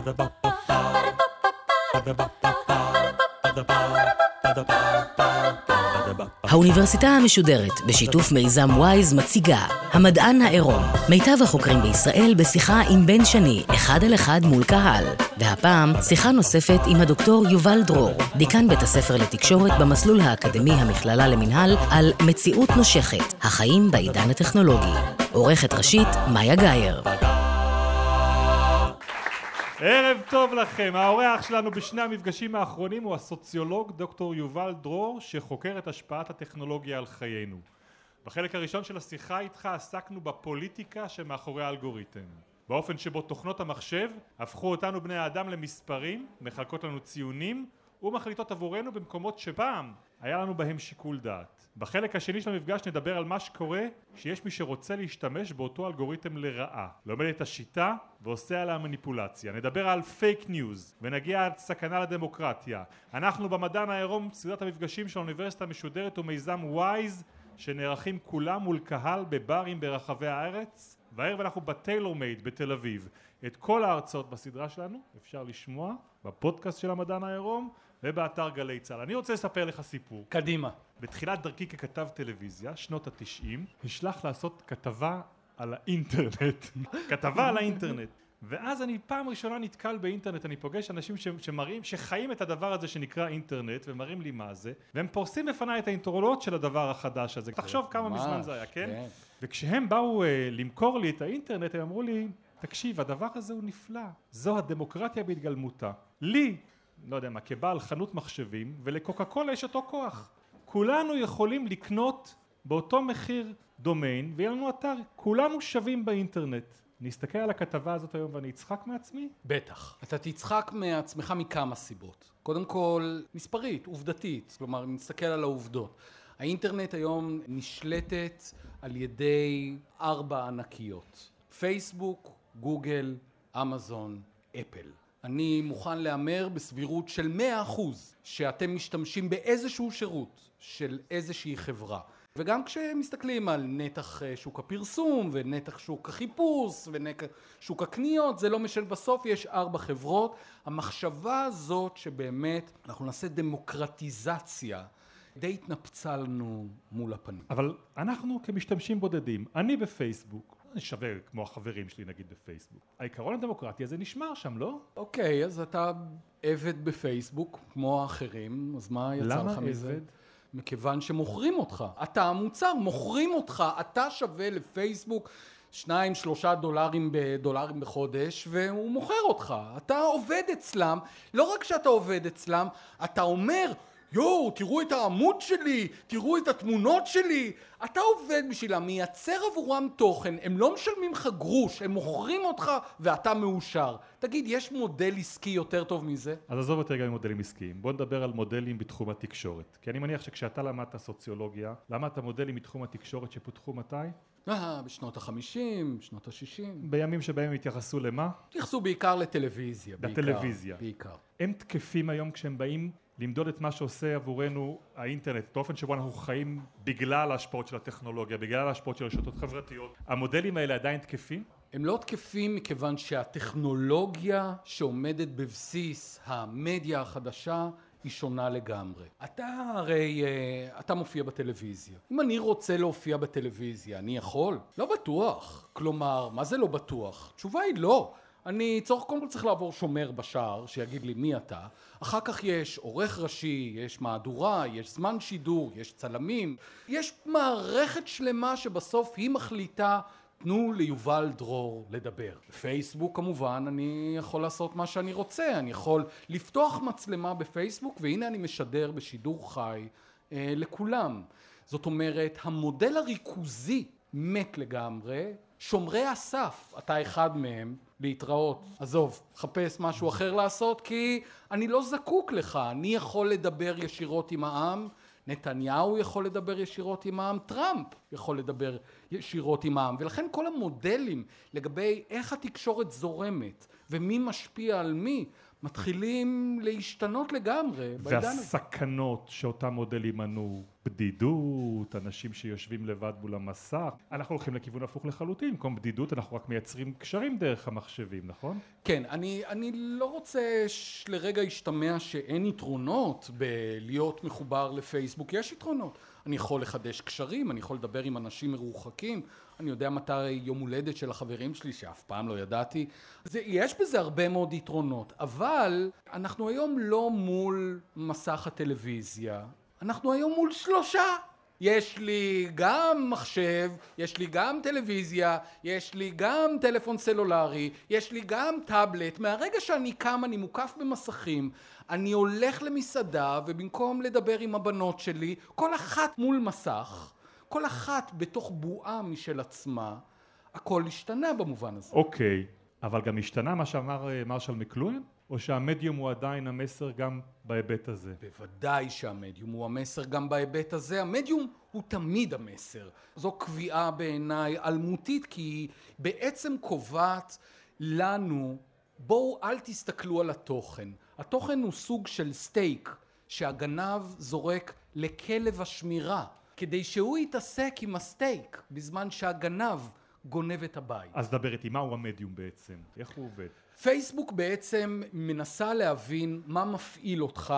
האוניברסיטה המשודרת בשיתוף מיזם וויז מציגה המדען העירום, מיטב החוקרים בישראל בשיחה עם בן שני, אחד על אחד מול קהל. והפעם שיחה נוספת עם הדוקטור יובל דרור, דיקן בית הספר לתקשורת במסלול האקדמי המכללה למנהל, על מציאות נושכת, החיים בעידן הטכנולוגי. עורכת ראשית מאיה גייר. ערב טוב לכם. האורח שלנו בשני המפגשים האחרונים הוא הסוציולוג דוקטור יובל דרור, שחוקר את השפעת הטכנולוגיה על חיינו. בחלק הראשון של השיחה איתך עסקנו בפוליטיקה שמאחורי האלגוריתם, באופן שבו תוכנות המחשב הפכו אותנו בני האדם למספרים, מחלקות לנו ציונים ומחליטות עבורנו במקומות שפעם היה לנו בהם שיקול דעת. בחלק השני של המפגש נדבר על מה שקורה שיש מי שרוצה להשתמש באותו אלגוריתם לרעה, לומד את השיטה ועושה עליה מניפולציה. נדבר על פייק ניוז ונגיע עד סכנה לדמוקרטיה. אנחנו במדען העירום, סדרת המפגשים של האוניברסיטה המשודרת ומיזם וויז, שנערכים כולם מול קהל בברים ברחבי הארץ, והערב אנחנו בטיילור מייד בתל אביב. את כל ההרצאות בסדרה שלנו אפשר לשמוע בפודקאסט של המדען העירום ובאתר גלי צה"ל. אני רוצה לספר לך סיפור. קדימה. בתחילת דרכי ככתב טלוויזיה, שנות ה-90, נשלח לעשות כתבה על האינטרנט. כתבה על האינטרנט. ואז אני פעם ראשונה נתקל באינטרנט, אני פוגש אנשים שמראים, שחיים את הדבר הזה שנקרא אינטרנט, ומראים לי מה זה, והם פורסים בפניי את האינטרנט של הדבר החדש הזה. תחשוב כמה מזמן זה היה, כן? וכשהם באו למכור לי את האינטרנט, הם אמרו לי, תקשיב, הדבר הזה הוא נפלא. זו הדמוקרטיה בהתגלמותה. לי, לא יודע מה, כבעל חנות מחשבים, ולקוקה קולה יש אותו כוח. כולנו יכולים לקנות באותו מחיר דומיין, ויהיה לנו אתר. כולנו שווים באינטרנט. נסתכל על הכתבה הזאת היום ואני אצחק מעצמי? בטח. אתה תצחק מעצמך מכמה סיבות. קודם כל, מספרית, עובדתית. כלומר, נסתכל על העובדות. האינטרנט היום נשלטת על ידי 4 ענקיות. פייסבוק, גוגל, אמזון, אפל. אני מוכן לאמר בסבירות של 100% שאתם משתמשים באיזשהו שירות של איזושהי חברה. וגם כשמסתכלים על נתח שוק הפרסום ונתח שוק החיפוש ונתח שוק הקניות, זה לא משנה, בסוף יש 4 חברות. המחשבה הזאת שבאמת אנחנו נעשה דמוקרטיזציה די התנפצה לנו מול הפנים. אבל אנחנו כמשתמשים בודדים, אני בפייסבוק, אני שווה כמו החברים שלי נגיד בפייסבוק. העיקרון הדמוקרטי הזה נשמר שם, לא? אוקיי, אז אתה עבד בפייסבוק כמו האחרים, אז מה יצא לך מזה? למה עבד? מכיוון שמוכרים אותך. אתה המוצר, מוכרים אותך, אתה שווה לפייסבוק 2-3 דולרים בחודש, והוא מוכר אותך. אתה עובד אצלם, לא רק שאתה עובד אצלם, אתה אומר, יואו, תראו את העמוד שלי, תראו את התמונות שלי. אתה עובד בשבילם, מייצר עבורם תוכן, הם לא משלמים לך גרוש, הם מוכרים אותך ואתה מאושר. תגיד, יש מודל עסקי יותר טוב מזה? אז עזוב יותר גם עם מודלים עסקיים. בוא נדבר על מודלים בתחום התקשורת. כי אני מניח שכשאתה למדת סוציולוגיה, למדת מודלים בתחום התקשורת שפותחו מתי? בשנות ה-50, בשנות ה-60. בימים שבהם התייחסו למה? התייחסו בעיקר לטלוויזיה. לטלוויזיה. בעיקר. הם תקפים היום כשהם באים למדוד את מה שעושה עבורנו האינטרנט, את האופן שבו אנחנו חיים בגלל ההשפעות של הטכנולוגיה, בגלל ההשפעות של רשתות חברתיות. המודלים האלה עדיין תקפים? הם לא תקפים מכיוון שהטכנולוגיה שעומדת בבסיס המדיה החדשה היא שונה לגמרי. אתה מופיע בטלוויזיה. אם אני רוצה להופיע בטלוויזיה, אני יכול? לא בטוח. כלומר, מה זה לא בטוח? תשובה היא לא. קודם כל צריך לעבור שומר בשער שיגיד לי מי אתה. אחר כך יש עורך ראשי, יש מהדורה, יש זמן שידור, יש צלמים. יש מערכת שלמה שבסוף היא מחליטה, תנו ליובל דרור לדבר. בפייסבוק כמובן אני יכול לעשות מה שאני רוצה. אני יכול לפתוח מצלמה בפייסבוק והנה אני משדר בשידור חי לכולם. זאת אומרת, המודל הריכוזי מת לגמרי. שומרי הסף, אתה אחד מהם, להתראות. עזוב, חפש משהו אחר לעשות, כי אני לא זקוק לך. אני יכול לדבר ישירות עם העם, נתניהו יכול לדבר ישירות עם העם, טראמפ יכול לדבר ישירות עם העם. ולכן כל המודלים לגבי איך התקשורת זורמת ומי משפיע על מי, מתחילים להשתנות לגמרי בעידן הזה. והסכנות שאותם מודלים מנו, בדידות, אנשים שיושבים לבד מול המסך, אנחנו הולכים לכיוון הפוך לחלוטין, במקום בדידות אנחנו רק מייצרים קשרים דרך המחשבים, נכון? כן, אני לא רוצה לרגע ישתמע שאין יתרונות בלהיות מחובר לפייסבוק, יש יתרונות. אני יכול לחדש קשרים, אני יכול לדבר עם אנשים מרוחקים, אני יודע מתי יום הולדת של החברים שלי שאף פעם לא ידעתי. יש בזה הרבה מאוד יתרונות, אבל אנחנו היום לא מול מסך הטלוויזיה, אנחנו היום מול 3. יש לי גם מחשב, יש לי גם טלוויזיה, יש לי גם טלפון סלולרי, יש לי גם טאבלט. מהרגע שאני קם אני מוקף במסכים, אני הולך למסעדה ובמקום לדבר עם הבנות שלי, כל אחת מול מסך, כל אחת בתוך בועה משל עצמה, הכל השתנה במובן הזה. אוקיי, אבל גם השתנה מה שאמר מרשל מקלואין? או שהמדיום הוא עדיין המסר גם בהיבט הזה? בוודאי שהמדיום הוא המסר גם בהיבט הזה. המדיום הוא תמיד המסר. זו קביעה בעיניי אלמותית, כי היא בעצם קובעת לנו, בואו אל תסתכלו על התוכן. התוכן הוא סוג של סטייק שהגנב זורק לכלב השמירה, כדי שהוא יתעסק עם הסטייק בזמן שהגנב גונב את הבית. אז דבר איתי, מהו המדיום בעצם? איך הוא עובד? פייסבוק בעצם מנסה להבין מה מפעיל אותך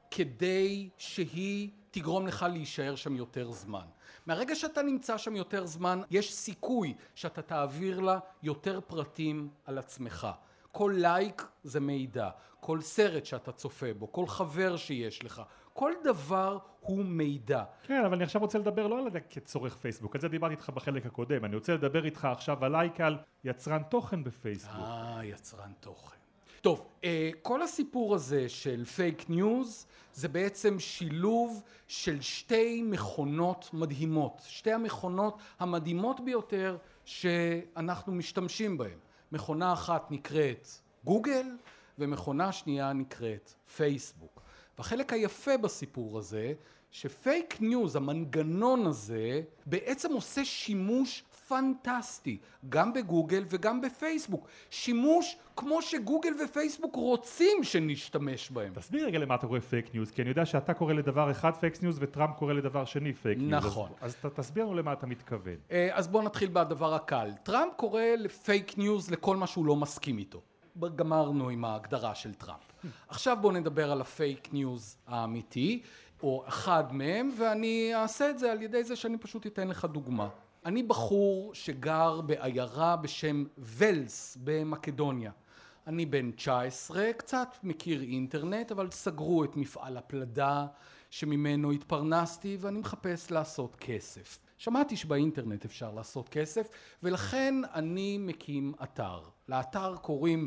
כדי שהיא תגרום לך להישאר שם יותר זמן. מהרגע שאתה נמצא שם יותר זמן, יש סיכוי שאתה תעביר לה יותר פרטים על עצמך. כל לייק זה מידע, כל סרט שאתה צופה בו, כל חבר שיש לך, כל דבר הוא מידע. כן, אבל אני עכשיו רוצה לדבר לא על זה כצורך פייסבוק, על זה דיברתי איתך בחלק הקודם, אני רוצה לדבר איתך עכשיו עליי כעל יצרן תוכן בפייסבוק. יצרן תוכן. טוב, כל הסיפור הזה של פייק ניוז זה בעצם שילוב של 2 מכונות מדהימות, 2 המכונות המדהימות ביותר שאנחנו משתמשים בהן. מכונה אחת נקראת גוגל ומכונה שנייה נקראת פייסבוק. והחלק היפה בסיפור הזה, שפייק ניוז, המנגנון הזה, בעצם עושה שימוש פנטסטי, גם בגוגל וגם בפייסבוק. שימוש כמו שגוגל ופייסבוק רוצים שנשתמש בהם. תסביר רגע למה אתה קורא פייק ניוז, כי אני יודע שאתה קורא לדבר אחד פייק ניוז וטראמפ קורא לדבר שני פייק ניוז. נכון. אז תסביר לנו למה אתה מתכוון. אז בואו נתחיל בדבר הקל. טראמפ קורא לפייק ניוז לכל מה שהוא לא מסכים איתו. גמרנו עם ההגדרה של טראמפ. עכשיו בואו נדבר על הפייק ניוז האמיתי, או אחד מהם, ואני אעשה את זה על ידי זה שאני פשוט אתן לך דוגמה. אני בחור שגר בעיירה בשם ולס במקדוניה. אני בן 19, קצת מכיר אינטרנט, אבל סגרו את מפעל הפלדה שממנו התפרנסתי, ואני מחפש לעשות כסף. שמעתי שבאינטרנט אפשר לעשות כסף, ולכן אני מקים אתר. לאתר קוראים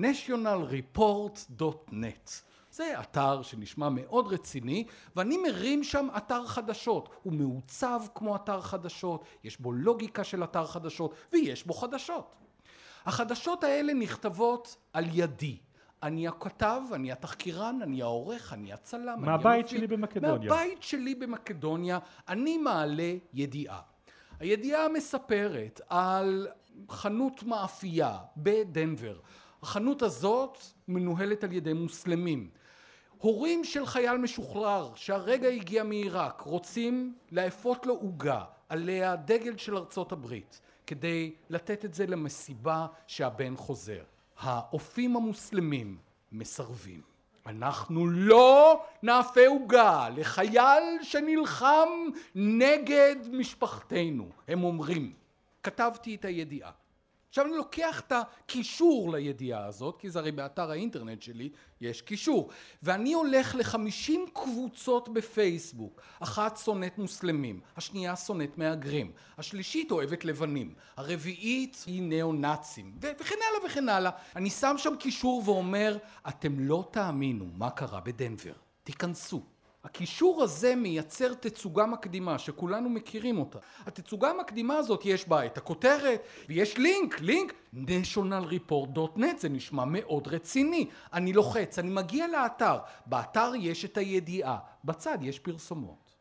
nationalreport.net. זה אתר שנשמע מאוד רציני, ואני מרים שם אתר חדשות. הוא מעוצב כמו אתר חדשות, יש בו לוגיקה של אתר חדשות, ויש בו חדשות. החדשות האלה נכתבות על ידי. אני הכתב, אני התחקירן, אני העורך, אני הצלם. מהבית שלי במקדוניה. מהבית שלי במקדוניה, אני מעלה ידיעה. הידיעה מספרת על חנות מאפייה בדנבר. החנות הזאת מנוהלת על ידי מוסלמים. הורים של חייל משוחרר שהרגע הגיע מעיראק רוצים לאפות לו עוגה עליה דגל של ארצות הברית כדי לתת את זה למסיבה שהבן חוזר. האופים המוסלמים מסרבים. אנחנו לא נאפה עוגה לחייל שנלחם נגד משפחתנו, הם אומרים. כתבתי את הידיעה. עכשיו אני לוקח את הקישור לידיעה הזאת, כי זה הרי באתר האינטרנט שלי יש קישור, ואני הולך ל50 קבוצות בפייסבוק. אחת שונאת מוסלמים, השנייה שונאת מהגרים, השלישית אוהבת לבנים, הרביעית היא ניאו-נאצים, וכן הלאה וכן הלאה. אני שם שם קישור ואומר, אתם לא תאמינו מה קרה בדנבר, תיכנסו. הקישור הזה מייצר תצוגה מקדימה שכולנו מכירים אותה. התצוגה המקדימה הזאת יש בה את הכותרת ויש לינק nationalreport.net, זה נשמע מאוד רציני. אני לוחץ, אני מגיע לאתר, באתר יש את הידיעה, בצד יש פרסומות.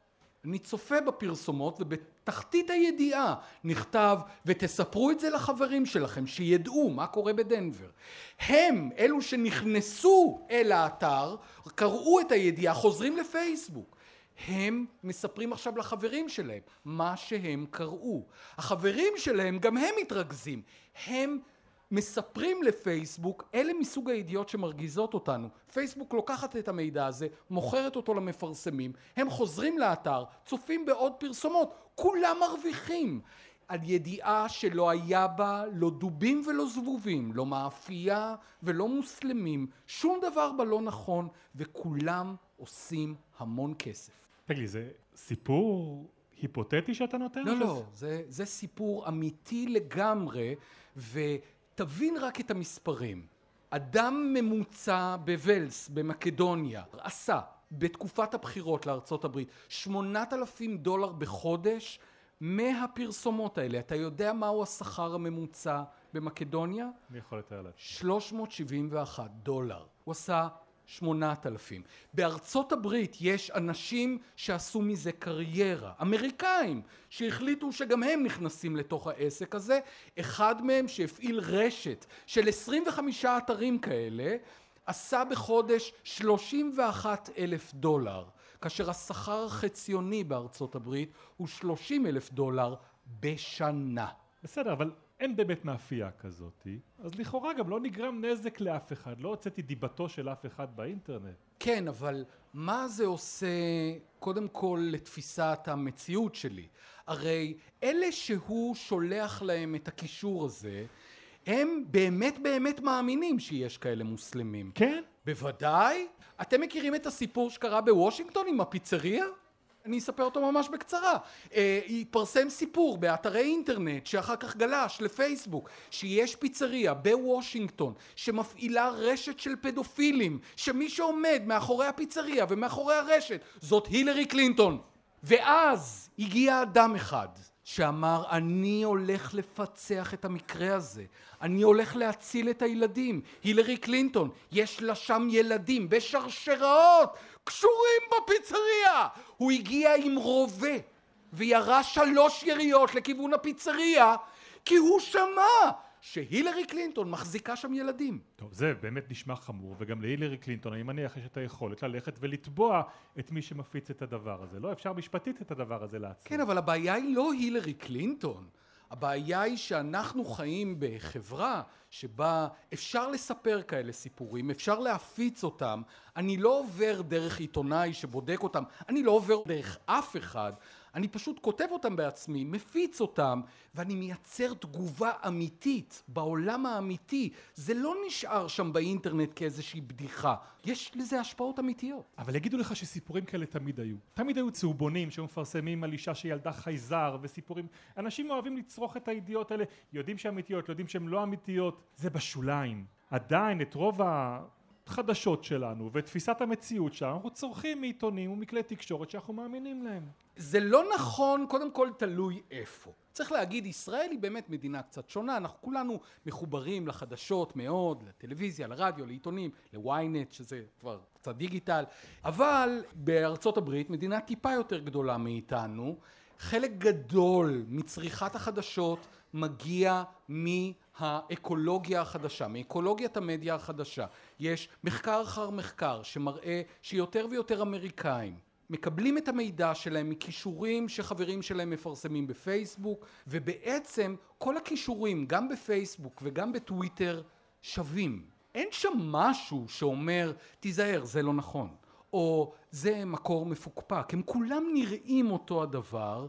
אני צופה בפרסומות ובתחתית הידיעה נכתב ותספרו את זה לחברים שלכם שידעו מה קורה בדנבר. הם, אלו שנכנסו אל האתר, קראו את הידיעה, חוזרים לפייסבוק. הם מספרים עכשיו לחברים שלהם מה שהם קראו. החברים שלהם גם הם מתרכזים. הם מספרים לפייסבוק, אלה מסוג הידיעות שמרגיזות אותנו. פייסבוק לוקחת את המידע הזה, מוכרת אותו למפרסמים, הם חוזרים לאתר, צופים בעוד פרסומות, כולם מרוויחים. על ידיעה שלא היה בה לא דובים ולא זבובים, לא מאפייה ולא מוסלמים, שום דבר בה לא נכון, וכולם עושים המון כסף. תגיד לי, זה סיפור היפותטי שאתה נותן? לא, זה סיפור אמיתי לגמרי, ותבין רק את המספרים. אדם ממוצע בוולס, במקדוניה, עשה בתקופת הבחירות לארצות הברית $8,000 בחודש מהפרסומות האלה. אתה יודע מהו השכר הממוצע במקדוניה? אני יכול לתאר לך. $371. הוא עשה 8,000. בארצות הברית יש אנשים שעשו מזה קריירה, אמריקאים, שהחליטו שגם הם נכנסים לתוך העסק הזה. אחד מהם שהפעיל רשת של 25 אתרים כאלה, עשה בחודש $31,000, כאשר השכר החציוני בארצות הברית הוא $30,000 בשנה. בסדר, אבל אין באמת מאפייה כזאת, אז לכאורה גם לא נגרם נזק לאף אחד, לא הוצאתי דיבתו של אף אחד באינטרנט. כן, אבל מה זה עושה קודם כל לתפיסת המציאות שלי? הרי אלה שהוא שולח להם את הקישור הזה, הם באמת מאמינים שיש כאלה מוסלמים. כן? בוודאי. אתם מכירים את הסיפור שקרה בוושינגטון עם הפיצריה? אני אספר אותו ממש בקצרה. התפרסם סיפור באתרי אינטרנט שאחר כך גלש לפייסבוק, שיש פיצריה בוושינגטון שמפעילה רשת של פדופילים, שמי שעומד מאחורי הפיצריה ומאחורי הרשת זאת הילרי קלינטון. ואז הגיע אדם אחד שאמר, אני הולך לפצח את המקרה הזה, אני הולך להציל את הילדים. הילרי קלינטון, יש לה שם ילדים בשרשראות קשורים בפיצריה. הוא הגיע עם רובה וירה 3 יריות לכיוון הפיצריה, כי הוא שמע שהילרי קלינטון מחזיקה שם ילדים. טוב, זה באמת נשמע חמור, וגם להילרי קלינטון אני מניח יש את היכולת ללכת ולתבוע את מי שמפיץ את הדבר הזה. לא אפשר משפטית את הדבר הזה לעצור. כן, אבל הבעיה היא לא הילרי קלינטון. הבעיה היא שאנחנו חיים בחברה שבה אפשר לספר כאלה סיפורים, אפשר להפיץ אותם. אני לא עובר דרך עיתונאי שבודק אותם, אני לא עובר דרך אף אחד, אני פשוט כותב אותם בעצמי, מפיץ אותם, ואני מייצר תגובה אמיתית בעולם האמיתי. זה לא נשאר שם באינטרנט כאיזושהי בדיחה, יש לזה השפעות אמיתיות. אבל יגידו לך שסיפורים כאלה תמיד היו. תמיד היו צהובונים שמפרסמים על אישה שילדה חייזר וסיפורים. אנשים אוהבים לצרוך את הידיעות האלה, יודעים שהן אמיתיות, יודעים שהן לא אמיתיות. זה בשוליים. עדיין את רוב החדשות שלנו ותפיסת המציאות שלנו אנחנו צורכים מעיתונים ומכלי תקשורת שאנחנו מאמינים להם. זה לא נכון, קודם כל תלוי איפה. צריך להגיד, ישראל היא באמת מדינה קצת שונה, אנחנו כולנו מחוברים לחדשות מאוד, לטלוויזיה, לרדיו, לעיתונים, לוויינט, שזה כבר קצת דיגיטל, אבל בארצות הברית, מדינה טיפה יותר גדולה מאיתנו, חלק גדול מצריכת החדשות מגיע מהאקולוגיה החדשה, מאקולוגיית המדיה החדשה. יש מחקר אחר מחקר שמראה שיותר ויותר אמריקאים מקבלים את המידע שלהם מכישורים שחברים שלהם מפרסמים בפייסבוק, ובעצם כל הכישורים גם בפייסבוק וגם בטוויטר שווים. אין שם משהו שאומר תיזהר זה לא נכון, או זה מקור מפוקפק. הם כולם נראים אותו הדבר,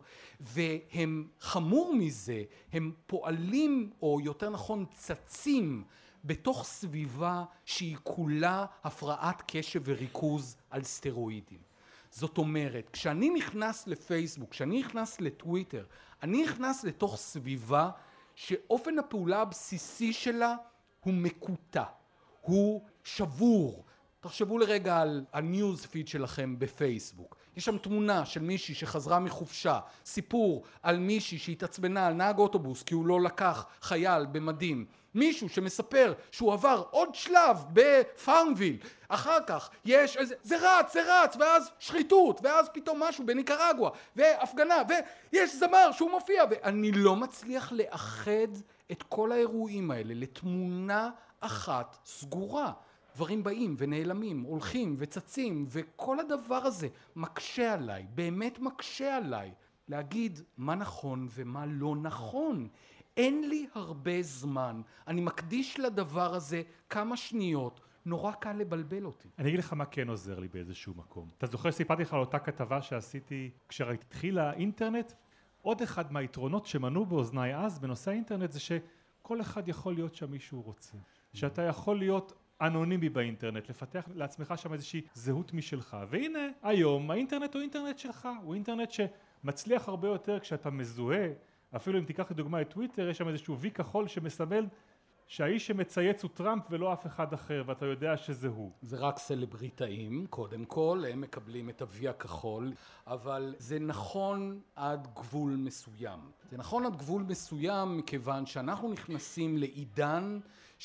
והם חמור מזה, הם פועלים או יותר נכון צצים בתוך סביבה שהיא כולה הפרעת קשב וריכוז על סטרואידים. זאת אומרת, כשאני נכנס לפייסבוק, כשאני נכנס לטוויטר, אני נכנס לתוך סביבה שאופן הפעולה הבסיסי שלה הוא מקוטע, הוא שבור. תחשבו לרגע על הניוז פיד שלכם בפייסבוק. יש שם תמונה של מישהי שחזרה מחופשה, סיפור על מישהי שהתעצבנה על נהג אוטובוס כי הוא לא לקח חייל במדים מישהו שמספר שהוא עבר עוד שלב בפארמוויל, אחר כך יש איזה, זה רץ, ואז שחיתות, ואז פתאום משהו בניקרגואה, והפגנה, ויש זמר שהוא מופיע, ואני לא מצליח לאחד את כל האירועים האלה לתמונה אחת סגורה. דברים באים ונעלמים, הולכים וצצים, וכל הדבר הזה מקשה עליי, באמת מקשה עליי, להגיד מה נכון ומה לא נכון. אין לי הרבה זמן, אני מקדיש לדבר הזה כמה שניות, נורא קל לבלבל אותי. אני אגיד לך מה כן עוזר לי באיזשהו מקום. אתה זוכר שסיפרתי לך על אותה כתבה שעשיתי כשהתחיל האינטרנט? עוד אחד מהיתרונות שמנו באוזניי אז בנושא האינטרנט זה שכל אחד יכול להיות שם מי שהוא רוצה. שאתה יכול להיות אנונימי באינטרנט, לפתח לעצמך שם איזושהי זהות משלך. והנה, היום האינטרנט הוא אינטרנט שלך, הוא אינטרנט שמצליח הרבה יותר כשאתה מזוהה. אפילו אם תיקח לדוגמה את טוויטר, יש שם איזשהו וי כחול שמסמל שהאיש שמצייץ הוא טראמפ ולא אף אחד אחר, ואתה יודע שזה הוא. זה רק סלבריטאים, קודם כל, הם מקבלים את הוי הכחול, אבל זה נכון עד גבול מסוים. זה נכון עד גבול מסוים מכיוון שאנחנו נכנסים לעידן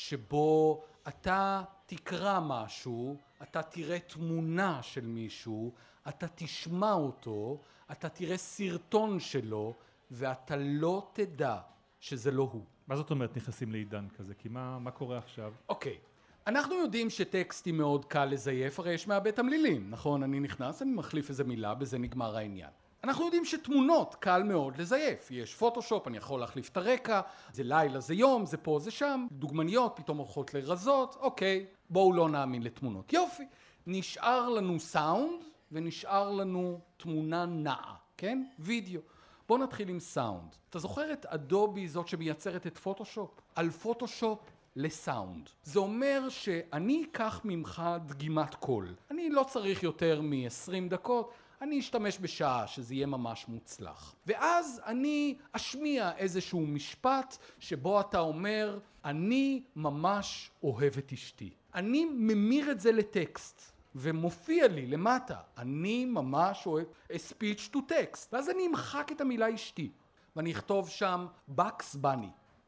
שבו אתה תקרא משהו, אתה תראה תמונה של מישהו, אתה תשמע אותו, אתה תראה סרטון שלו, ואתה לא תדע שזה לא הוא. מה זאת אומרת נכנסים לעידן כזה? כי מה קורה עכשיו? אוקיי. אנחנו יודעים שטקסטים מאוד קל לזייף, הרי יש מעבד תמלילים, נכון? אני נכנס, אני מחליף איזה מילה, בזה נגמר העניין. אנחנו יודעים שתמונות קל מאוד לזייף. יש פוטושופ, אני יכול להחליף את הרקע, זה לילה, זה יום, זה פה, זה שם, דוגמניות פתאום הולכות לרזות, אוקיי, בואו לא נאמין לתמונות. יופי. נשאר לנו סאונד ונשאר לנו תמונה נעה, כן? וידאו. בוא נתחיל עם סאונד. אתה זוכר את אדובי, זאת שמייצרת את פוטושופ? על פוטושופ לסאונד. זה אומר שאני אקח ממך דגימת קול. אני לא צריך יותר מ-20 דקות, אני אשתמש בשעה שזה יהיה ממש מוצלח. ואז אני אשמיע איזשהו משפט שבו אתה אומר, אני ממש אוהב את אשתי. אני ממיר את זה לטקסט. ומופיע לי למטה, אני ממש אוהב speech to text, ואז אני אמחק את המילה אשתי, ואני אכתוב שם בקס בני,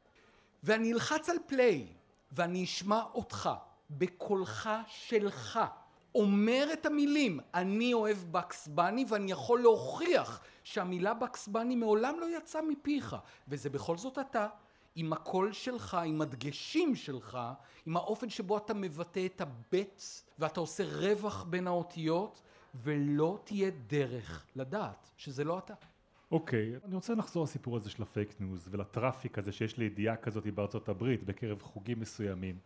ואני אלחץ על פליי, ואני אשמע אותך, בקולך שלך, אומר את המילים, אני אוהב בקס בני, ואני יכול להוכיח שהמילה בקס בני מעולם לא יצא מפיך, וזה בכל זאת אתה, עם הקול שלך, עם הדגשים שלך, עם האופן שבו אתה מבטא את הבט, ואתה עושה רווח בין האותיות, ולא תהיה דרך לדעת שזה לא אתה. אוקיי, אני רוצה לחזור לסיפור הזה של הפייק ניוז, ולטראפיק הזה שיש לידיעה כזאת בארצות הברית, בקרב חוגים מסוימים.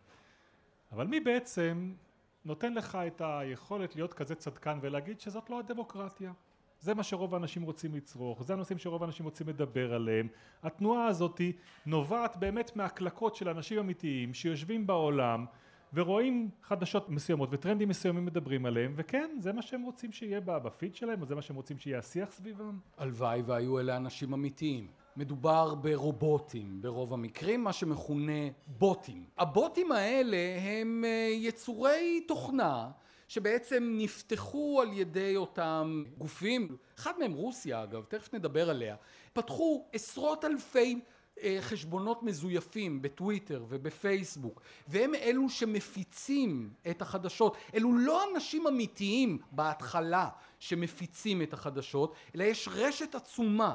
אבל מי בעצם נותן לך את היכולת להיות כזה צדקן ולהגיד שזאת לא הדמוקרטיה? זה מה שרוב האנשים רוצים לצרוך, זה הנושאים שרוב האנשים רוצים לדבר עליהם. התנועה הזאת נובעת באמת מהקלקות של אנשים אמיתיים שיושבים בעולם ורואים חדשות מסוימות וטרנדים מסוימים מדברים עליהם, וכן, זה מה שהם רוצים שיהיה בפיד שלהם, או זה מה שהם רוצים שיהיה השיח סביבם. הלוואי והיו אלה אנשים אמיתיים. מדובר ברובוטים, ברוב המקרים, מה שמכונה בוטים. הבוטים האלה הם יצורי תוכנה, שבעצם נפתחו על ידי אותם גופים, אחד מהם רוסיה אגב, תכף נדבר עליה, פתחו עשרות אלפי חשבונות מזויפים בטוויטר ובפייסבוק, והם אלו שמפיצים את החדשות. אלו לא אנשים אמיתיים בהתחלה שמפיצים את החדשות, אלא יש רשת עצומה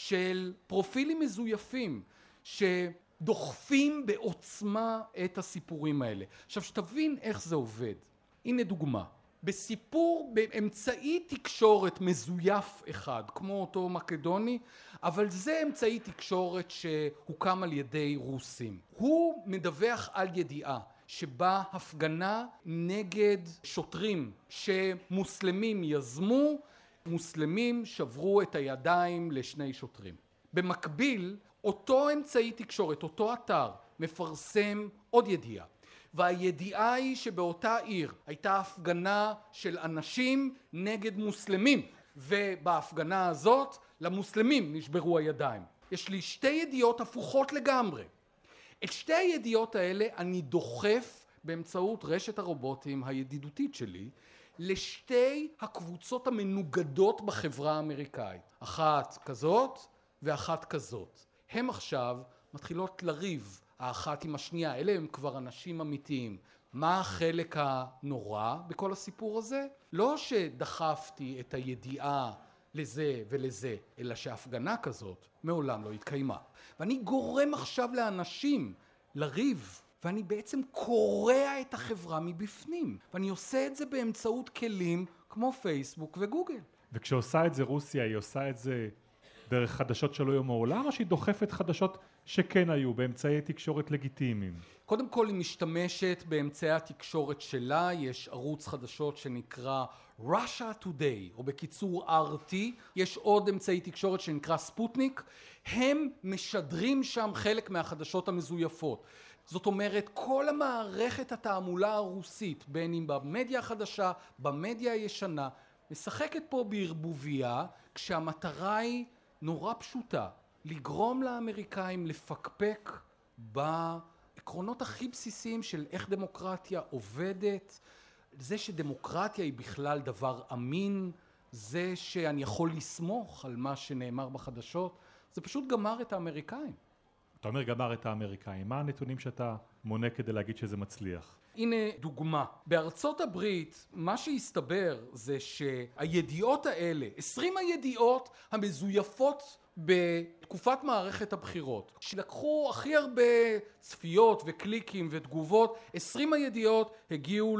של פרופילים מזויפים שדוחפים בעוצמה את הסיפורים האלה. עכשיו שתבין איך זה עובד. הנה דוגמה, בסיפור באמצעי תקשורת מזויף אחד, כמו אותו מקדוני, אבל זה אמצעי תקשורת שהוקם על ידי רוסים. הוא מדווח על ידיעה שבה הפגנה נגד שוטרים שמוסלמים יזמו, מוסלמים שברו את הידיים לשני שוטרים. במקביל, אותו אמצעי תקשורת, אותו אתר, מפרסם עוד ידיעה. והידיעה היא שבאותה עיר הייתה הפגנה של אנשים נגד מוסלמים, ובהפגנה הזאת למוסלמים נשברו הידיים. יש לי שתי ידיעות הפוכות לגמרי. את שתי הידיעות האלה אני דוחף באמצעות רשת הרובוטים הידידותית שלי לשתי הקבוצות המנוגדות בחברה האמריקאית. אחת כזאת ואחת כזאת. הם עכשיו מתחילות לריב האחת עם השנייה, אלה הם כבר אנשים אמיתיים. מה החלק הנורא בכל הסיפור הזה? לא שדחפתי את הידיעה לזה ולזה, אלא שהפגנה כזאת מעולם לא התקיימה. ואני גורם עכשיו לאנשים לריב, ואני בעצם קורע את החברה מבפנים. ואני עושה את זה באמצעות כלים כמו פייסבוק וגוגל. וכשעושה את זה רוסיה, היא עושה את זה דרך חדשות שלא היו מעולם, או שהיא דוחפת חדשות שכן היו, באמצעי תקשורת לגיטימיים? קודם כל היא משתמשת באמצעי התקשורת שלה, יש ערוץ חדשות שנקרא Russia Today, או בקיצור RT, יש עוד אמצעי תקשורת שנקרא ספוטניק, הם משדרים שם חלק מהחדשות המזויפות. זאת אומרת, כל המערכת התעמולה הרוסית, בין אם במדיה החדשה, במדיה הישנה, משחקת פה בערבוביה, כשהמטרה היא נורא פשוטה, לגרום לאמריקאים לפקפק בעקרונות הכי בסיסיים של איך דמוקרטיה עובדת, זה שדמוקרטיה היא בכלל דבר אמין, זה שאני יכול לסמוך על מה שנאמר בחדשות, זה פשוט גמר את האמריקאים. אתה אומר גמר את האמריקאים, מה הנתונים שאתה מונה כדי להגיד שזה מצליח? הנה דוגמה, בארצות הברית מה שהסתבר זה שהידיעות האלה, 20 הידיעות המזויפות בתקופת מערכת הבחירות, שלקחו הכי הרבה צפיות וקליקים ותגובות, 20 הידיעות הגיעו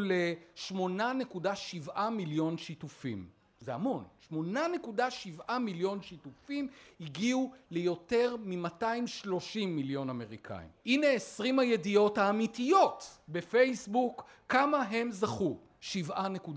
ל8.7 מיליון שיתופים. זה המון. 8.7 מיליון שיתופים הגיעו ליותר מ-230 מיליון אמריקאים. הנה 20 הידיעות האמיתיות בפייסבוק, כמה הם זכו? 7.3.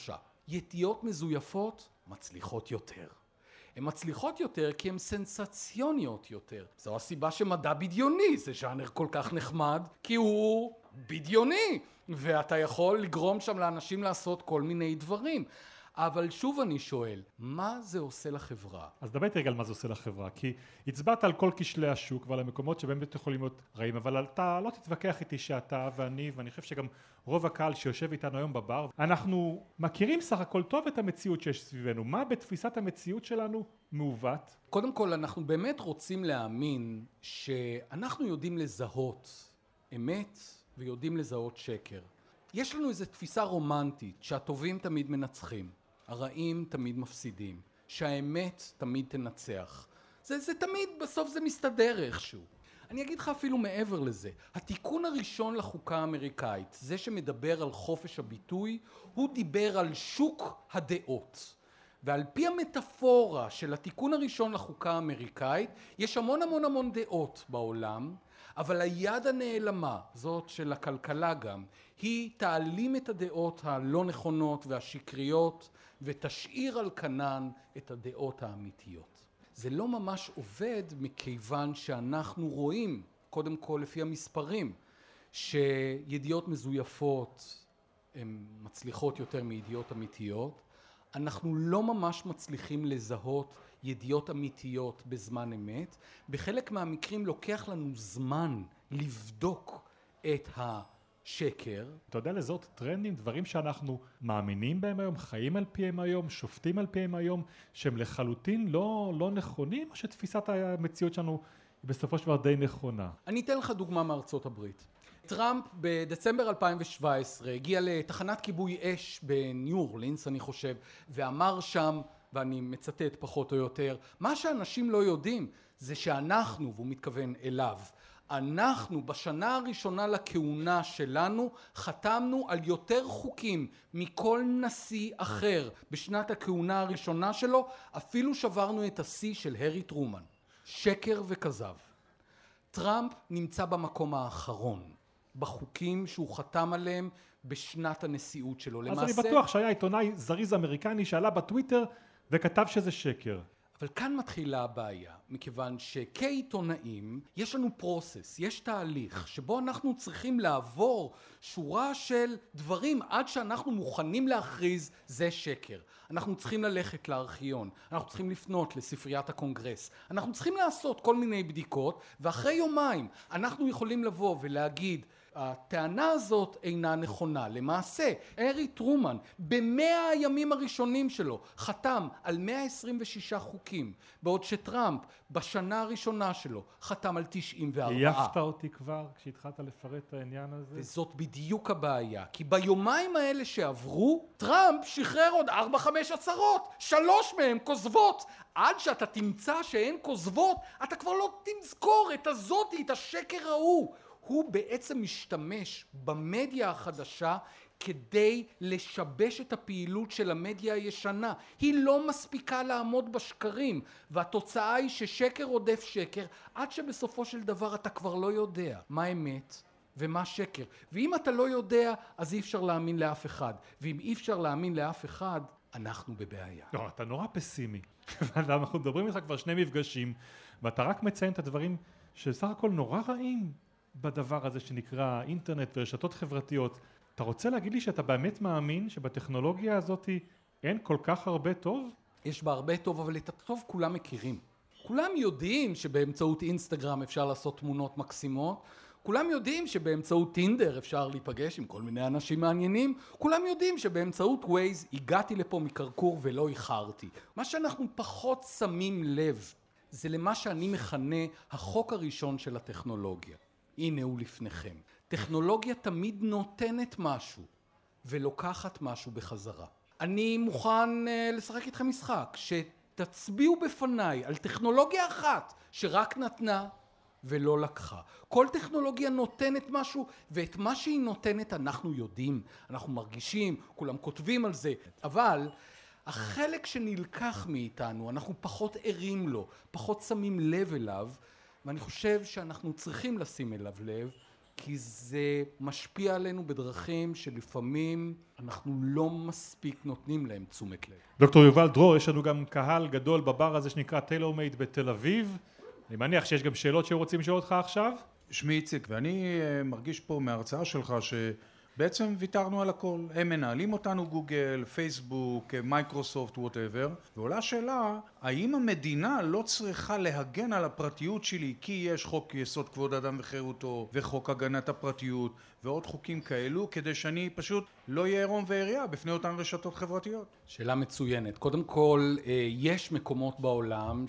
ידיעות מזויפות מצליחות יותר. הן מצליחות יותר כי הן סנסציוניות יותר. זו הסיבה שמדע בדיוני זה ז'אנר כל כך נחמד, כי הוא בדיוני, ואתה יכול לגרום שם לאנשים לעשות כל מיני דברים. אבל שוב אני שואל, מה זה עושה לחברה? אז דבר רגע על מה זה עושה לחברה, כי הצבעת על כל כשלי השוק ועל המקומות שבהם יכולים להיות רעים, אבל אתה לא תתווכח איתי שאתה ואני חושב שגם רוב הקהל שיושב איתנו היום בבר, אנחנו מכירים סך הכל טוב את המציאות שיש סביבנו. מה בתפיסת המציאות שלנו מעוות? קודם כל, אנחנו באמת רוצים להאמין שאנחנו יודעים לזהות אמת ויודעים לזהות שקר. יש לנו איזו תפיסה רומנטית שהטובים תמיד מנצחים, הרעים תמיד מפסידים, שהאמת תמיד תנצח. זה תמיד, בסוף זה מסתדר איכשהו. אני אגיד לך אפילו מעבר לזה, התיקון הראשון לחוקה האמריקאית, זה שמדבר על חופש הביטוי, הוא דיבר על שוק הדעות. ועל פי המטאפורה של התיקון הראשון לחוקה האמריקאית, יש המון דעות בעולם, אבל היד הנעלמה, זאת של הכלכלה גם, היא תעלים את הדעות הלא נכונות והשקריות ותשאיר על כנן את הדעות האמיתיות. זה לא ממש עובד מכיוון שאנחנו רואים, קודם כל לפי המספרים, שידיעות מזויפות הן מצליחות יותר מידיעות אמיתיות. אנחנו לא ממש מצליחים לזהות ידיעות אמיתיות בזמן אמת. בחלק מהמקרים לוקח לנו זמן לבדוק את השקר. אתה יודע לזהות טרנדים, דברים שאנחנו מאמינים בהם היום, חיים על פיהם היום, שופטים על פיהם היום, שהם לחלוטין לא נכונים, או שתפיסת המציאות שלנו היא בסופו של דבר די נכונה? אני אתן לך דוגמה מארצות הברית. טראמפ בדצמבר 2017 הגיע לתחנת כיבוי אש בניו אורלינס, אני חושב, ואמר שם, ואני מצטט פחות או יותר, מה שאנשים לא יודעים זה שאנחנו, והוא מתכוון אליו, אנחנו בשנה הראשונה לכהונה שלנו חתמנו על יותר חוקים מכל נשיא אחר בשנת הכהונה הראשונה שלו, אפילו שברנו את השיא של הרי טרומן. שקר וכזב. טראמפ נמצא במקום האחרון בחוקים שהוא חתם עליהם בשנת הנשיאות שלו. אז למעשה, אני בטוח שהיה עיתונאי זריז אמריקני שעלה בטוויטר וכתב שזה שקר. אבל כאן מתחילה הבעיה, מכיוון שכעיתונאים יש לנו פרוסס, יש תהליך שבו אנחנו צריכים לעבור שורה של דברים עד שאנחנו מוכנים להכריז זה שקר. אנחנו צריכים ללכת לארכיון, אנחנו צריכים לפנות לספריית הקונגרס, אנחנו צריכים לעשות כל מיני בדיקות, ואחרי יומיים אנחנו יכולים לבוא ולהגיד הטענה הזאת אינה נכונה. למעשה, הארי טרומן, ב100 הימים הראשונים שלו, חתם על 126 חוקים, בעוד שטראמפ, בשנה הראשונה שלו, חתם על 94. עייפת אותי כבר כשהתחלת לפרט את העניין הזה? וזאת בדיוק הבעיה, כי ביומיים האלה שעברו, טראמפ שחרר עוד 4-5 הצהרות, 3 מהן כוזבות. עד שאתה תמצא שהן כוזבות, אתה כבר לא תזכור את הזאתי, את השקר ההוא. הוא בעצם משתמש במדיה החדשה כדי לשבש את הפעילות של המדיה הישנה. היא לא מספיקה לעמוד בשקרים, והתוצאה היא ששקר עודף שקר, עד שבסופו של דבר אתה כבר לא יודע מה אמת ומה שקר. ואם אתה לא יודע, אז אי אפשר להאמין לאף אחד. ואם אי אפשר להאמין לאף אחד, אנחנו בבעיה. לא, אתה נורא פסימי. אנחנו מדברים איתך כבר 2 מפגשים, ואתה רק מציין את הדברים שסך הכל נורא רעים בדבר הזה שנקרא אינטרנט ורשתות חברתיות. אתה רוצה להגיד לי שאתה באמת מאמין שבטכנולוגיה הזאת אין כל כך הרבה טוב? יש בה הרבה טוב, אבל את הטוב כולם מכירים. כולם יודעים שבאמצעות אינסטגרם אפשר לעשות תמונות מקסימות, כולם יודעים שבאמצעות טינדר אפשר להיפגש עם כל מיני אנשים מעניינים, כולם יודעים שבאמצעות ווייז הגעתי לפה מקרקור ולא איחרתי. מה שאנחנו פחות שמים לב זה למה שאני מכנה החוק הראשון של הטכנולוגיה. הנה הוא לפניכם. טכנולוגיה תמיד נותנת משהו ולוקחת משהו בחזרה. אני מוכן לשחק איתכם משחק, שתצביעו בפניי על טכנולוגיה אחת שרק נתנה ולא לקחה. כל טכנולוגיה נותנת משהו, ואת מה שהיא נותנת אנחנו יודעים, אנחנו מרגישים, כולם כותבים על זה, אבל החלק שנלקח מאיתנו, אנחנו פחות ערים לו, פחות שמים לב אליו, ואני חושב שאנחנו צריכים לשים אליו לב, כי זה משפיע עלינו בדרכים שלפעמים אנחנו לא מספיק נותנים להם תשומת לב. דוקטור יובל דרור, יש לנו גם קהל גדול בבר הזה שנקרא TaylorMade בתל אביב. אני מניח שיש גם שאלות שרוצים לשאול אותך עכשיו. שמי איציק, ואני מרגיש פה מההרצאה שלך שבעצם ויתרנו על הכל. הם מנהלים אותנו, גוגל, פייסבוק, מייקרוסופט, whatever. ועולה שאלה, האם המדינה לא צריכה להגן על הפרטיות שלי כי יש חוק יסוד כבוד אדם וחירותו וחוק הגנת הפרטיות ועוד חוקים כאלו, כדי שאני פשוט לא יהיה עירום ועירייה בפני אותן רשתות חברתיות? שאלה מצוינת. קודם כל, יש מקומות בעולם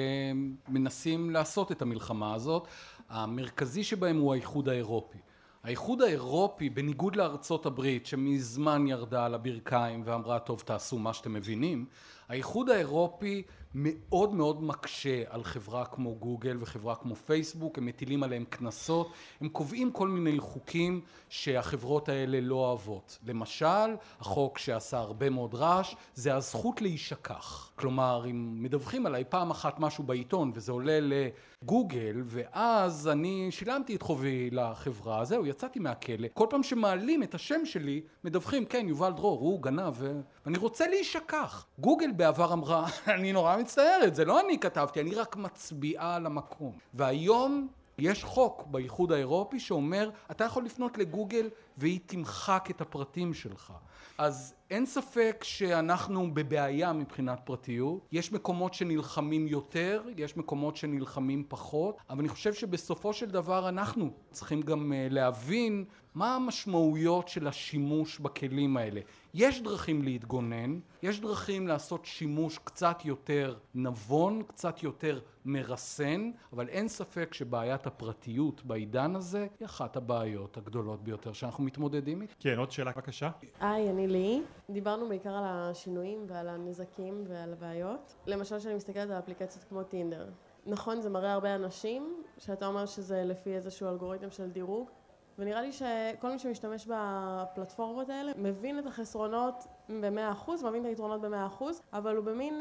שמנסים לעשות את המלחמה הזאת. המרכזי שבהם הוא האיחוד האירופי. האיחוד האירופי, בניגוד לארצות הברית, שמזמן ירדה על הברכיים ואמרה, טוב, תעשו מה שאתם מבינים, האיחוד האירופי מאוד מאוד מקשה על חברה כמו גוגל וחברה כמו פייסבוק, הם מטילים עליהם קנסות, הם קובעים כל מיני חוקים שהחברות האלה לא אוהבות. למשל, החוק שעשה הרבה מאוד רעש, זה הזכות להישכח. כלומר, אם מדווחים עליי פעם אחת משהו בעיתון וזה עולה לגוגל, ואז אני שילמתי את חובי לחברה, זהו, יצאתי מהכלא. כל פעם שמעלים את השם שלי, מדווחים, כן, יובל דרור, הוא גנב, ואני רוצה להישכח. גוגל בעבר אמרה, אני נורא מצטערת, זה לא אני כתבתי, אני רק מצביעה על המקום. והיום יש חוק באיחוד האירופי שאומר, אתה יכול לפנות לגוגל והיא תמחק את הפרטים שלך. אז אין ספק שאנחנו בבעיה מבחינת פרטיות. יש מקומות שנלחמים יותר, יש מקומות שנלחמים פחות, אבל אני חושב שבסופו של דבר אנחנו צריכים גם להבין מה המשמעויות של השימוש בכלים האלה. יש דרכים להתגונן, יש דרכים לעשות שימוש קצת יותר נבון, קצת יותר מרסן, אבל אין ספק שבעיית הפרטיות בעידן הזה היא אחת הבעיות הגדולות ביותר שאנחנו מתמודדים איתה. כן, עוד שאלה בבקשה. היי, אני לי. דיברנו בעיקר על השינויים ועל הנזקים ועל הבעיות. למשל, שאני מסתכלת על אפליקציות כמו טינדר. נכון, זה מראה הרבה אנשים, שאתה אומר שזה לפי איזשהו אלגוריתם של דירוג, ונראה לי שכל מי שמשתמש בפלטפורמות האלה מבין את החסרונות ב100%, מבין את היתרונות ב100%, אבל הוא במין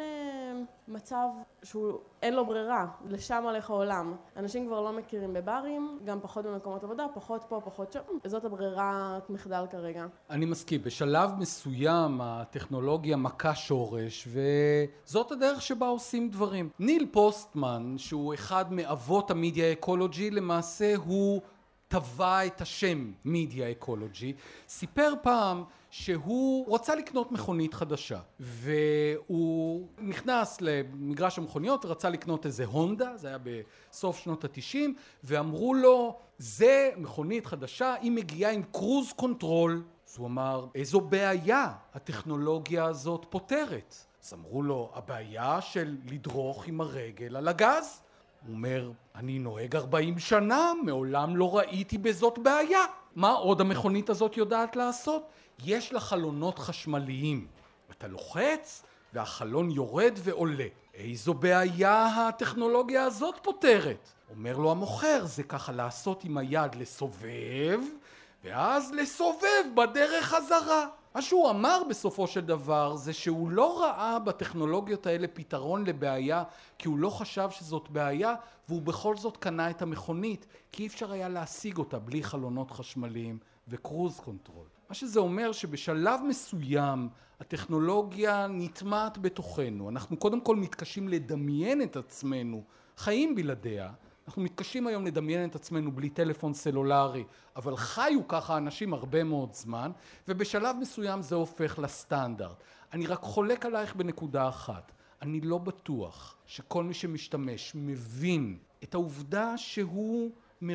מצב שהוא אין לו ברירה, לשם הולך העולם. אנשים כבר לא מכירים בברים, גם פחות במקומות עבודה, פחות פה, פחות שם. וזאת הברירת מחדל כרגע. אני מסכים, בשלב מסוים הטכנולוגיה מכה שורש, וזאת הדרך שבה עושים דברים. ניל פוסטמן, שהוא אחד מאבות המדיה אקולוגי, למעשה הוא טבע את השם מידיה אקולוגי, סיפר פעם שהוא רצה לקנות מכונית חדשה, והוא נכנס למגרש המכוניות, רצה לקנות איזה הונדה, זה היה בסוף שנות ה-90, ואמרו לו, זה מכונית חדשה, היא מגיעה עם קרוז קונטרול. אז הוא אמר, איזו בעיה הטכנולוגיה הזאת פותרת? אז אמרו לו, הבעיה של לדרוך עם הרגל על הגז. הוא אומר, אני נוהג 40 שנה, מעולם לא ראיתי בזאת בעיה. מה עוד המכונית הזאת יודעת לעשות? יש לה חלונות חשמליים. אתה לוחץ והחלון יורד ועולה. איזו בעיה הטכנולוגיה הזאת פותרת? אומר לו המוכר, זה ככה לעשות עם היד לסובב, ואז לסובב בדרך חזרה. מה שהוא אמר בסופו של דבר זה שהוא לא ראה בטכנולוגיות האלה פתרון לבעיה, כי הוא לא חשב שזאת בעיה, והוא בכל זאת קנה את המכונית, כי אי אפשר היה להשיג אותה בלי חלונות חשמליים וקרוז קונטרול. מה שזה אומר שבשלב מסוים הטכנולוגיה נטמעת בתוכנו. אנחנו קודם כל מתקשים לדמיין את עצמנו, חיים בלעדיה. אנחנו מתקשים היום לדמיין את עצמנו בלי טלפון סלולרי, אבל חיו ככה אנשים הרבה מאוד זמן, ובשלב מסוים זה הופך לסטנדרט. אני רק חולק עלייך בנקודה אחת. אני לא בטוח שכל מי שמשתמש מבין את העובדה שהוא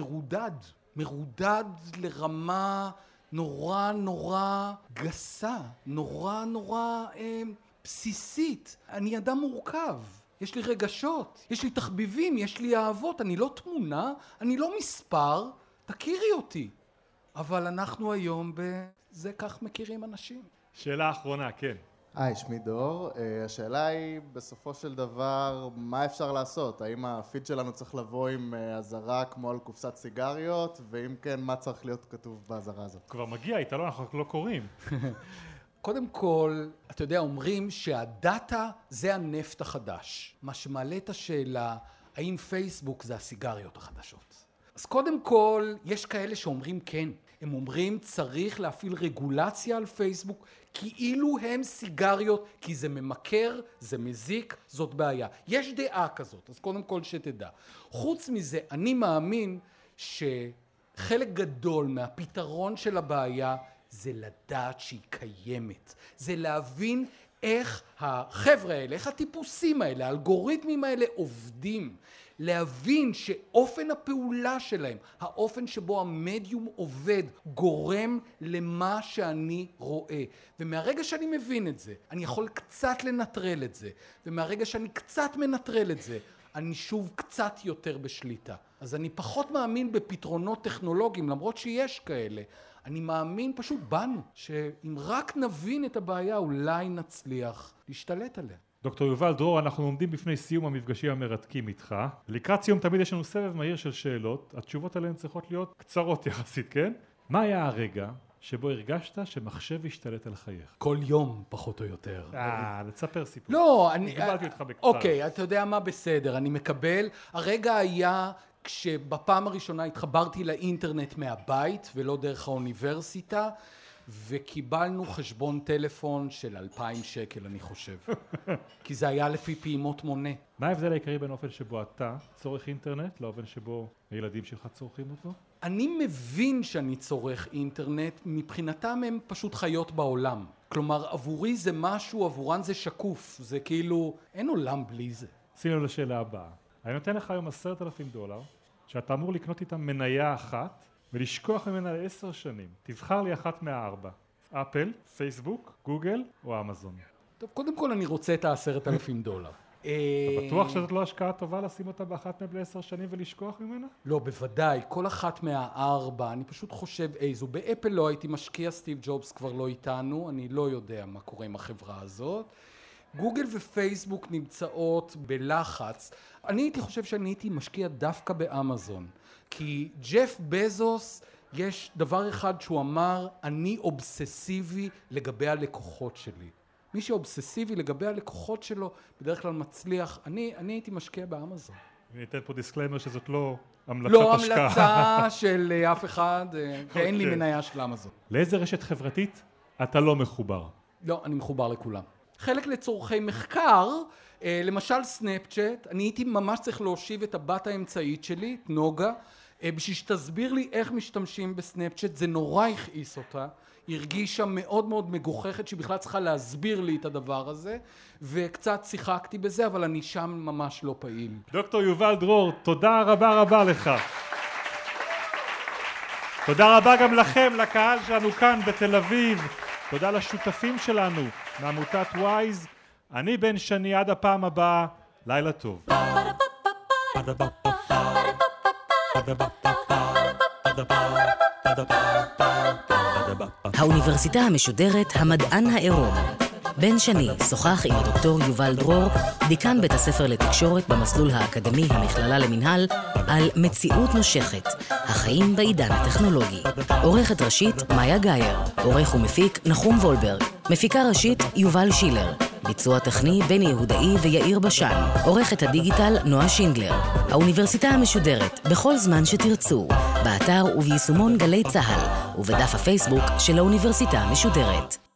מרודד לרמה נורא גסה, נורא בסיסית. אני אדם מורכב. יש לי רגשות, יש לי תחביבים, יש לי אהבות, אני לא תמונה, אני לא מספר, תכירי אותי. אבל אנחנו היום בזה כך מכירים אנשים. שאלה אחרונה, כן. היי, שמי דור. השאלה היא בסופו של דבר, מה אפשר לעשות? האם הפיד שלנו צריך לבוא עם אזהרה כמו על קופסת סיגריות, ואם כן, מה צריך להיות כתוב באזהרה הזאת? כבר מגיע, איתה לא, אנחנו לא קוראים. קודם כל, אתה יודע, אומרים שהדאטה זה הנפט החדש. מה שמעלה את השאלה, האם פייסבוק זה הסיגריות החדשות? אז קודם כל, יש כאלה שאומרים כן. הם אומרים צריך להפעיל רגולציה על פייסבוק, כאילו הם סיגריות, כי זה ממכר, זה מזיק, זאת בעיה. יש דעה כזאת, אז קודם כל שתדע. חוץ מזה, אני מאמין שחלק גדול מהפתרון של הבעיה זה לדעת שהיא קיימת. זה להבין איך החבר'ה האלה, איך הטיפוסים האלה, האלגוריתמים האלה עובדים. להבין שאופן הפעולה שלהם, האופן שבו המדיום עובד, גורם למה שאני רואה. ומהרגע שאני מבין את זה, אני יכול קצת לנטרל את זה. ומהרגע שאני קצת מנטרל את זה, אני שוב קצת יותר בשליטה. אז אני פחות מאמין בפתרונות טכנולוגיים, למרות שיש כאלה. אני מאמין פשוט בנו, שאם רק נבין את הבעיה, אולי נצליח להשתלט עליה. דוקטור יובל דרור, אנחנו עומדים בפני סיום המפגשים המרתקים איתך. לקראת סיום תמיד יש לנו סבב מהיר של שאלות, התשובות עליהן צריכות להיות קצרות יחסית, כן? מה היה הרגע שבו הרגשת שמחשב השתלט על חייך? כל יום, פחות או יותר. תספר סיפור. לא, אני... קיבלתי אותך בקצרה. אוקיי, אתה יודע מה בסדר, אני מקבל. הרגע היה כשבפעם הראשונה התחברתי לאינטרנט מהבית ולא דרך האוניברסיטה, וקיבלנו חשבון טלפון של 2,000 שקל, אני חושב. כי זה היה לפי פעימות מונה. מה ההבדל העיקרי בין האופן שבו אתה צורך אינטרנט לאופן שבו הילדים שלך צורכים אותו? אני מבין שאני צורך אינטרנט, מבחינתם הם פשוט חיות בעולם. כלומר, עבורי זה משהו, עבורן זה שקוף. זה כאילו, אין עולם בלי זה. שימו לשאלה הבאה. אני נותן לך היום $10,000, שאתה אמור לקנות איתם מניה אחת, ולשכוח ממנה ל10 שנים. תבחר לי אחת מהארבע. אפל, פייסבוק, גוגל או אמזון. טוב, קודם כל אני רוצה את $10,000. אתה בטוח שזאת לא השקעה טובה לשים אותה באחת מהם ל10 שנים ולשכוח ממנה? לא, בוודאי. כל אחת מהארבע, אני פשוט חושב איזו. באפל לא הייתי משקיע, סטיב ג'ובס כבר לא איתנו, אני לא יודע מה קורה עם החברה הזאת. גוגל ופייסבוק נמצאות בלחץ. אני הייתי חושב שאני הייתי משקיע דווקא באמזון. כי ג'ף בזוס, יש דבר אחד שהוא אמר, אני אובססיבי לגבי הלקוחות שלי. מי שאובססיבי לגבי הלקוחות שלו, בדרך כלל מצליח. אני הייתי משקיע באמזון. אני אתן פה דיסקליימר שזאת לא המלצת לא השקעה. לא המלצה של אף אחד, ואין לי מניה של אמזון. לאיזה רשת חברתית אתה לא מחובר? לא, אני מחובר לכולם. חלק לצורכי מחקר, למשל סנאפצ'אט, אני הייתי ממש צריך להושיב את הבת האמצעית שלי, את נוגה, בשביל שתסביר לי איך משתמשים בסנאפצ'אט, זה נורא הכעיס אותה. היא הרגישה מאוד מאוד מגוחכת שהיא בכלל צריכה להסביר לי את הדבר הזה, וקצת שיחקתי בזה, אבל אני שם ממש לא פעיל. דוקטור יובל דרור, תודה רבה לך. תודה רבה גם לכם, לקהל שלנו כאן בתל אביב. תודה לשותפים שלנו מעמותת וויז. אני בן שני, עד הפעם הבאה, לילה טוב. האוניברסיטה המשודרת המדען העירום. בן שני שוחח עם הדוקטור יובל דרור, דיקן בית הספר לתקשורת במסלול האקדמי המכללה למנהל, על מציאות נושכת, החיים בעידן הטכנולוגי. עורכת ראשית מאיה גייר, עורך ומפיק נחום וולברג, מפיקה ראשית יובל שילר, ביצוע טכני בני יהודאי ויאיר בשן, עורכת הדיגיטל נועה שינדלר. האוניברסיטה המשודרת בכל זמן שתרצו, באתר וביישומון גלי צהל ובדף הפייסבוק של האוניברסיטה המשודרת.